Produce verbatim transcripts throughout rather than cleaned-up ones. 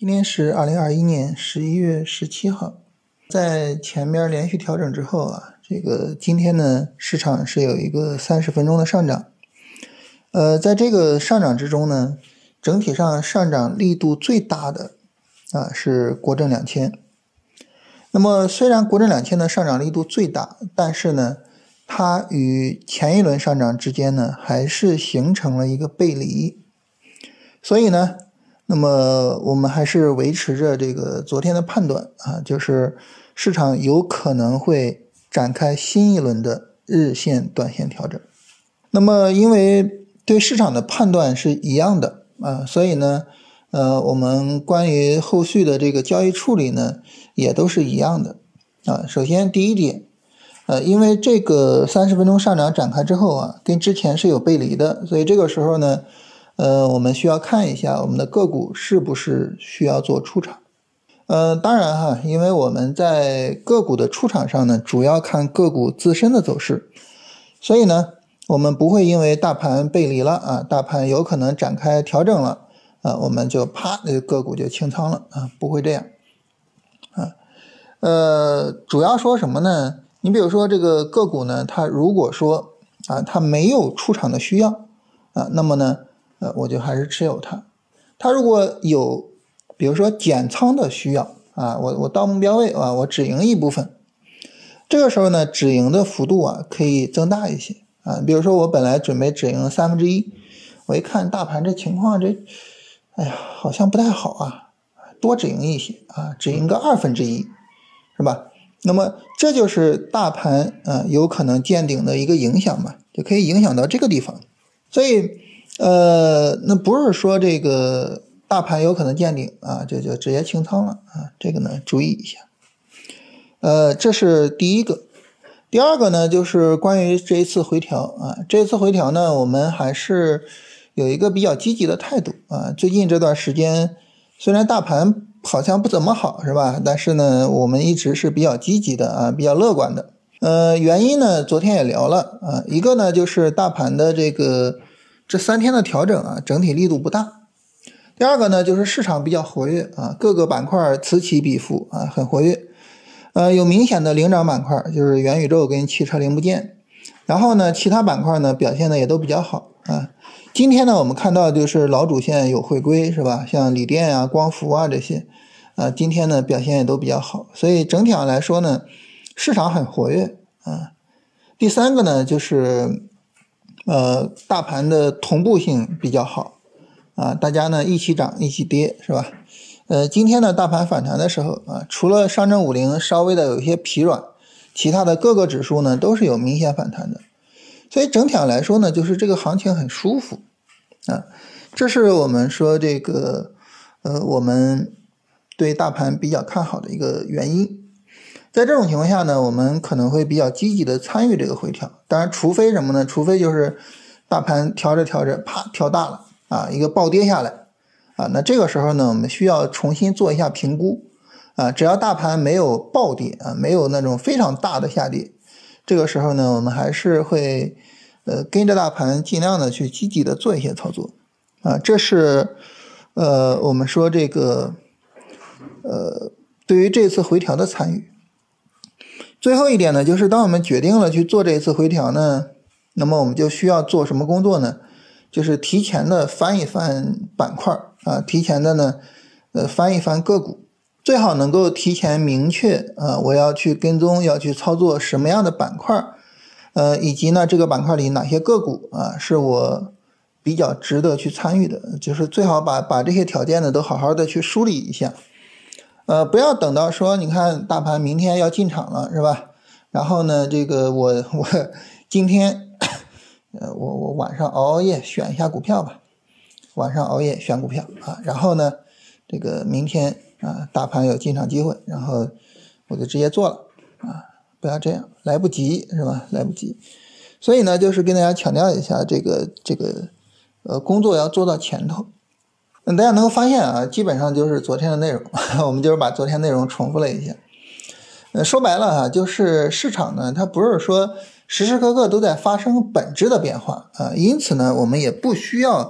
今天是二零二一年十一月十七号，在前面连续调整之后啊，这个今天呢市场是有一个三十分钟的上涨。呃，在这个上涨之中呢，整体上上涨力度最大的啊是国证两千。那么虽然国证两千的上涨力度最大，但是呢，它与前一轮上涨之间呢还是形成了一个背离。所以呢，那么我们还是维持着这个昨天的判断啊，就是市场有可能会展开新一轮的日线短线调整。那么因为对市场的判断是一样的啊，所以呢呃，我们关于后续的这个交易处理呢也都是一样的啊。首先第一点，呃，因为这个三十分钟上涨展开之后啊，跟之前是有背离的，所以这个时候呢呃，我们需要看一下我们的个股是不是需要做出场。呃，当然哈，因为我们在个股的出场上呢，主要看个股自身的走势，所以呢，我们不会因为大盘背离了啊，大盘有可能展开调整了啊，我们就啪，这个个股就清仓了啊，不会这样啊。呃，主要说什么呢？你比如说这个个股呢，它如果说啊，它没有出场的需要啊，那么呢，呃，我就还是持有它。它如果有，比如说减仓的需要啊，我我到目标位啊，我止盈一部分，这个时候呢，止盈的幅度啊可以增大一些啊。比如说我本来准备止盈三分之一，我一看大盘这情况，这，哎呀，好像不太好啊，多止盈一些啊，止盈个二分之一，是吧？那么这就是大盘啊有可能见顶的一个影响嘛，就可以影响到这个地方。所以呃，那不是说这个大盘有可能见顶啊，就就直接清仓了啊，这个呢注意一下。呃，这是第一个。第二个呢，就是关于这一次回调啊，这一次回调呢，我们还是有一个比较积极的态度啊。最近这段时间，虽然大盘好像不怎么好，是吧？但是呢，我们一直是比较积极的啊，比较乐观的。呃，原因呢，昨天也聊了啊，一个呢就是大盘的这个这三天的调整啊，整体力度不大。第二个呢，就是市场比较活跃啊，各个板块此起彼伏啊，很活跃。呃，有明显的领涨板块，就是元宇宙跟汽车零部件。然后呢，其他板块呢表现的也都比较好啊。今天呢，我们看到就是老主线有回归，是吧？像锂电啊、光伏啊这些，啊，今天呢表现也都比较好。所以整体上来说呢，市场很活跃啊。第三个呢，就是呃，大盘的同步性比较好啊，大家呢一起涨一起跌，是吧？呃，今天呢大盘反弹的时候啊，除了上证五零稍微的有一些疲软，其他的各个指数呢都是有明显反弹的。所以整体上来说呢，就是这个行情很舒服啊，这是我们说这个呃我们对大盘比较看好的一个原因。在这种情况下呢，我们可能会比较积极的参与这个回调。当然除非什么呢？除非就是大盘调着调着啪调大了啊，一个暴跌下来啊，那这个时候呢，我们需要重新做一下评估啊。只要大盘没有暴跌啊，没有那种非常大的下跌，这个时候呢，我们还是会呃跟着大盘尽量的去积极的做一些操作啊。这是呃我们说这个呃对于这次回调的参与。最后一点呢，就是当我们决定了去做这一次回调呢，那么我们就需要做什么工作呢？就是提前的翻一翻板块啊，提前的呢呃翻一翻个股，最好能够提前明确啊，我要去跟踪，要去操作什么样的板块，呃以及呢这个板块里哪些个股啊是我比较值得去参与的，就是最好把把这些条件呢都好好的去梳理一下。呃，不要等到说你看大盘明天要进场了，是吧？然后呢，这个我我今天呃我我晚上熬熬夜选一下股票吧，晚上熬夜选股票啊，然后呢，这个明天啊大盘有进场机会，然后我就直接做了啊，不要这样，来不及是吧？来不及。所以呢，就是跟大家强调一下这个这个呃工作要做到前头。那大家能够发现啊，基本上就是昨天的内容，我们就是把昨天内容重复了一下。呃，说白了啊，就是市场呢，它不是说时时刻刻都在发生本质的变化啊，因此呢，我们也不需要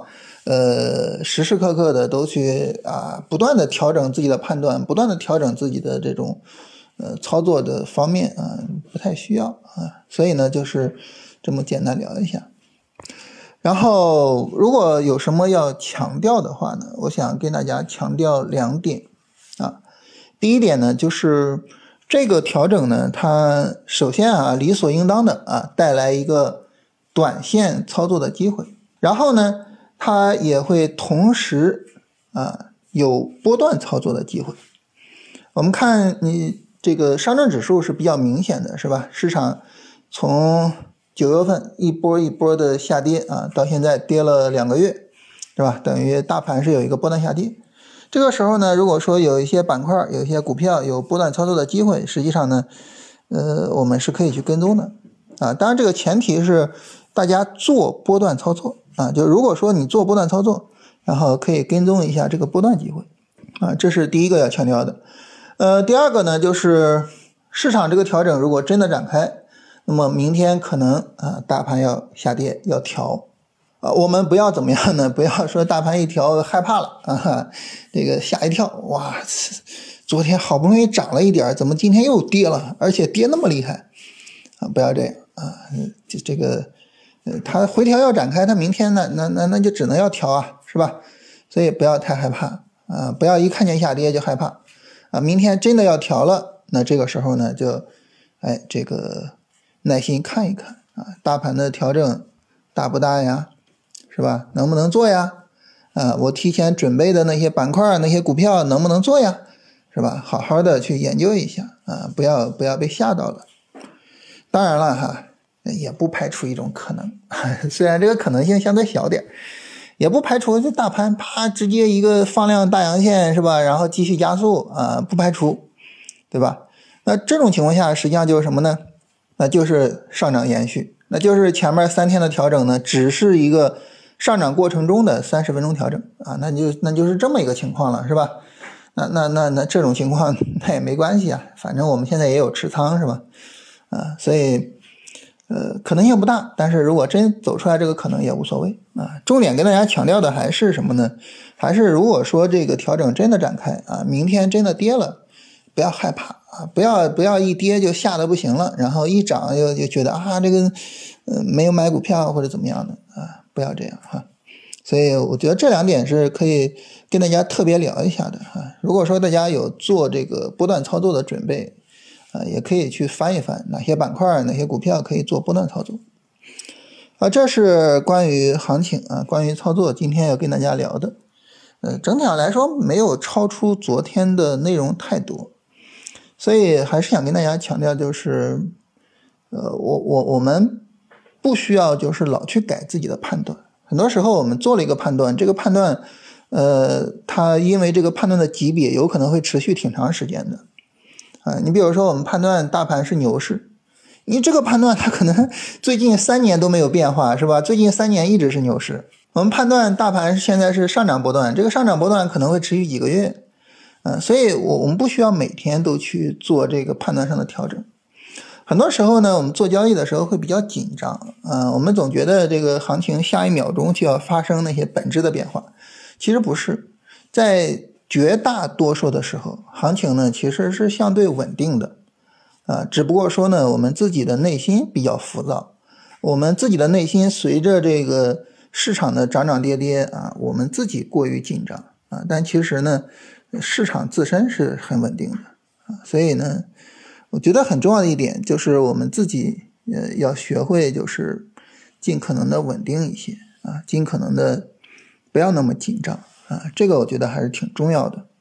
呃，时时刻刻的都去啊，不断的调整自己的判断，不断的调整自己的这种呃操作的方面啊，不太需要啊。所以呢，就是这么简单聊一下。然后如果有什么要强调的话呢，我想跟大家强调两点啊。第一点呢，就是这个调整呢，它首先啊理所应当的啊带来一个短线操作的机会，然后呢它也会同时啊有波段操作的机会。我们看你这个上证指数是比较明显的，是吧？市场从九月份一波一波的下跌啊，到现在跌了两个月，是吧？等于大盘是有一个波段下跌。这个时候呢，如果说有一些板块、有一些股票有波段操作的机会，实际上呢，呃，我们是可以去跟踪的啊。当然，这个前提是大家做波段操作啊。就如果说你做波段操作，然后可以跟踪一下这个波段机会啊，这是第一个要强调的。呃，第二个呢，就是市场这个调整如果真的展开，那么明天可能啊，大盘要下跌，要调。啊，我们不要怎么样呢？不要说大盘一调害怕了啊，这个吓一跳，哇，昨天好不容易涨了一点，怎么今天又跌了？而且跌那么厉害啊！不要这样啊，这这个，呃，它回调要展开，它明天呢，那那那就只能要调啊，是吧？所以不要太害怕啊，不要一看见下跌就害怕啊。明天真的要调了，那这个时候呢，就，哎，这个耐心看一看啊，大盘的调整大不大呀？是吧？能不能做呀？啊，我提前准备的那些板块、那些股票能不能做呀？是吧？好好的去研究一下啊，不要不要被吓到了。当然了哈，也不排除一种可能，虽然这个可能性相对小点，也不排除这大盘啪直接一个放量大阳线是吧？然后继续加速啊，不排除，对吧？那这种情况下，实际上就是什么呢？那就是上涨延续，那就是前面三天的调整呢，只是一个上涨过程中的三十分钟调整啊，那就那就是这么一个情况了，是吧？那那那那这种情况那也没关系啊，反正我们现在也有持仓，是吧？啊，所以呃可能性不大，但是如果真走出来这个可能也无所谓啊。重点跟大家强调的还是什么呢？还是如果说这个调整真的展开啊，明天真的跌了，不要害怕啊，不要不要一跌就吓得不行了，然后一涨又就觉得啊这个呃没有买股票或者怎么样的啊。不要这样哈，所以我觉得这两点是可以跟大家特别聊一下的哈。如果说大家有做这个波段操作的准备啊，也可以去翻一翻哪些板块、哪些股票可以做波段操作啊。这是关于行情啊，关于操作今天要跟大家聊的。呃，整体上来说没有超出昨天的内容太多，所以还是想跟大家强调，就是呃，我我我们。不需要就是老去改自己的判断，很多时候我们做了一个判断，这个判断呃，它因为这个判断的级别有可能会持续挺长时间的啊。你比如说我们判断大盘是牛市，你这个判断它可能最近三年都没有变化，是吧？最近三年一直是牛市。我们判断大盘现在是上涨波段，这个上涨波段可能会持续几个月啊，所以我我们不需要每天都去做这个判断上的调整。很多时候呢，我们做交易的时候会比较紧张，呃，我们总觉得这个行情下一秒钟就要发生那些本质的变化，其实不是，在绝大多数的时候，行情呢其实是相对稳定的，啊、呃，只不过说呢，我们自己的内心比较浮躁，我们自己的内心随着这个市场的涨涨跌跌啊，我们自己过于紧张啊，但其实呢，市场自身是很稳定的啊，所以呢。我觉得很重要的一点就是我们自己呃要学会就是尽可能的稳定一些啊，尽可能的不要那么紧张啊，这个我觉得还是挺重要的。